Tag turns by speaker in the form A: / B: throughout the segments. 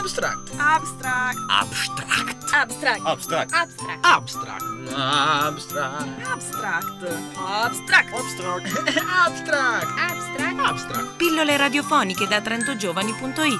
A: Abstract.
B: Abstract.
A: Abstract.
B: Abstract.
A: Abstract.
B: Abstract.
A: Abstract. Abstract.
B: Abstract. Abstract.
A: Abstract. Abstract.
B: Abstract.
A: Abstract.
C: Pillole radiofoniche da trentogiovani.it.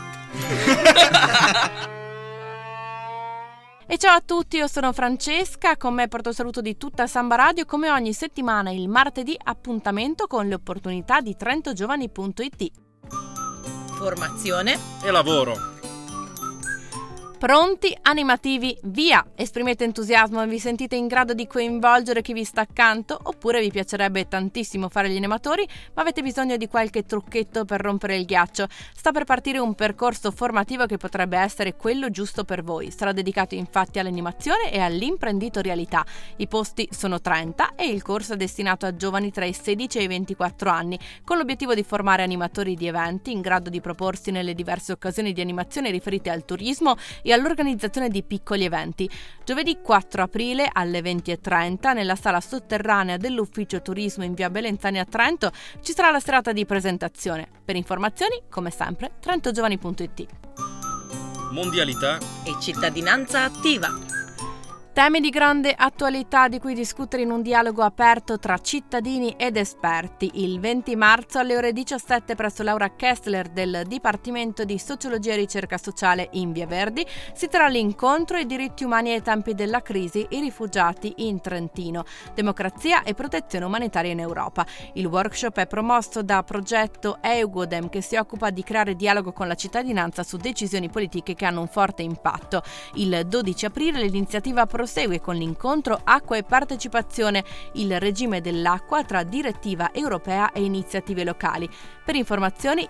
C: E ciao a tutti, io sono Francesca, con me porto il saluto di tutta Samba Radio. Come ogni settimana il martedì appuntamento con le opportunità di trentogiovani.it.
B: Formazione
A: E lavoro.
C: Pronti, animativi, via! Esprimete entusiasmo e vi sentite in grado di coinvolgere chi vi sta accanto? Oppure vi piacerebbe tantissimo fare gli animatori, ma avete bisogno di qualche trucchetto per rompere il ghiaccio? Sta per partire un percorso formativo che potrebbe essere quello giusto per voi. Sarà dedicato infatti all'animazione e all'imprenditorialità. I posti sono 30 e il corso è destinato a giovani tra i 16 e i 24 anni, con l'obiettivo di formare animatori di eventi in grado di proporsi nelle diverse occasioni di animazione riferite al turismo e all'organizzazione di piccoli eventi. Giovedì 4 aprile alle 20:30 nella sala sotterranea dell'Ufficio Turismo in via Belenzani a Trento ci sarà la serata di presentazione. Per informazioni, come sempre, trentogiovani.it.
A: Mondialità.
B: e cittadinanza attiva.
C: Temi di grande attualità di cui discutere in un dialogo aperto tra cittadini ed esperti. Il 20 marzo alle ore 17 presso Laura Kessler del Dipartimento di Sociologia e Ricerca Sociale in Via Verdi si terrà l'incontro I diritti umani ai tempi della crisi, i rifugiati in Trentino, democrazia e protezione umanitaria in Europa. Il workshop è promosso da progetto EUGODEM, che si occupa di creare dialogo con la cittadinanza su decisioni politiche che hanno un forte impatto. Il 12 aprile l'iniziativa prosegue con l'incontro Acqua e Partecipazione, il regime dell'acqua tra direttiva europea e iniziative locali. Per informazioni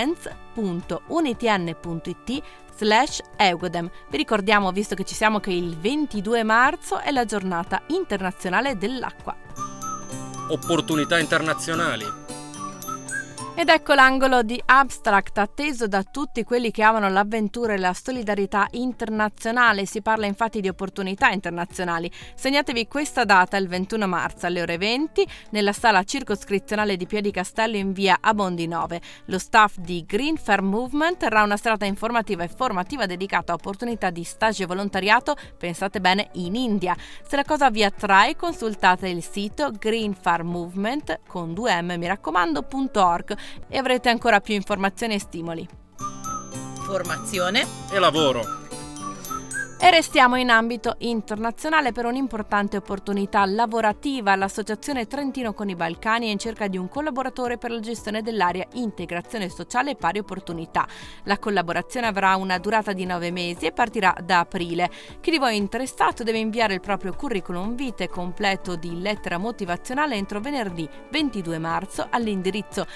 C: events.unitn.it/Eugodem. Vi ricordiamo, visto che ci siamo, che il 22 marzo è la giornata internazionale dell'acqua.
A: Opportunità internazionali.
C: Ed ecco l'angolo di Abstract atteso da tutti quelli che amano l'avventura e la solidarietà internazionale. Si parla infatti di opportunità internazionali. Segnatevi questa data, il 21 marzo alle ore 20 nella sala circoscrizionale di Piedicastello in via Abondi 9. Lo staff di Green Fair Movement terrà una serata informativa e formativa dedicata a opportunità di stage e volontariato, pensate bene, in India. Se la cosa vi attrae, consultate il sito greenfarmovement con 2m, mi raccomando.org, e avrete ancora più informazioni e stimoli.
B: Formazione
A: E lavoro.
C: E restiamo in ambito internazionale per un'importante opportunità lavorativa. L'Associazione Trentino con i Balcani è in cerca di un collaboratore per la gestione dell'area integrazione sociale e pari opportunità. La collaborazione avrà una durata di 9 mesi e partirà da aprile. Chi di voi è interessato deve inviare il proprio curriculum vitae completo di lettera motivazionale entro venerdì 22 marzo all'indirizzo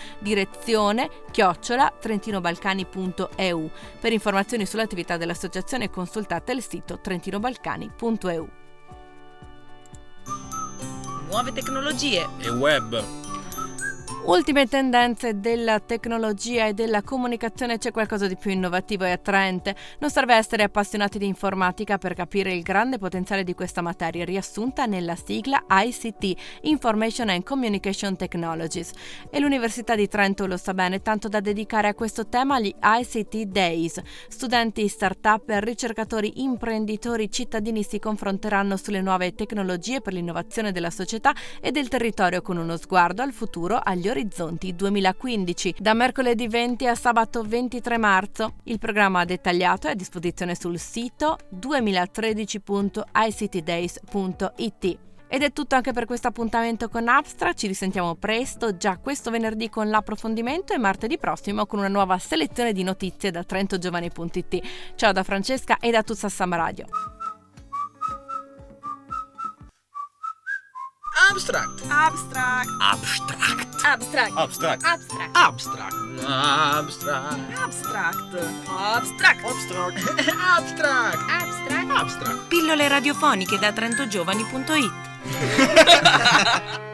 C: direzione@trentinobalcani.eu. Per informazioni sull'attività dell'associazione consultate il sito trentinobalcani.eu.
B: nuove tecnologie.
A: E web.
C: Ultime tendenze della tecnologia e della comunicazione. C'è qualcosa di più innovativo e attraente. Non serve essere appassionati di informatica per capire il grande potenziale di questa materia, riassunta nella sigla ICT, Information and Communication Technologies. E l'Università di Trento lo sa bene, tanto da dedicare a questo tema gli ICT Days. Studenti, start-up, ricercatori, imprenditori, cittadini si confronteranno sulle nuove tecnologie per l'innovazione della società e del territorio, con uno sguardo al futuro, agli orizzonti 2015, da mercoledì 20 a sabato 23 marzo. Il programma dettagliato è a disposizione sul sito 2013.ictdays.it. Ed è tutto anche per questo appuntamento con Abstract. Ci risentiamo presto, già questo venerdì con l'approfondimento e martedì prossimo con una nuova selezione di notizie da trentogiovani.it. Ciao da Francesca e da tutta Samba Radio.
A: Abstract.
B: Abstract.
A: Abstract.
B: Abstract.
A: Abstract.
B: Abstract.
A: Abstract. Abstract.
B: Abstract. Abstract.
A: Abstract. Abstract.
B: Abstract.
A: Abstract.
C: Pillole radiofoniche da trentogiovani.it.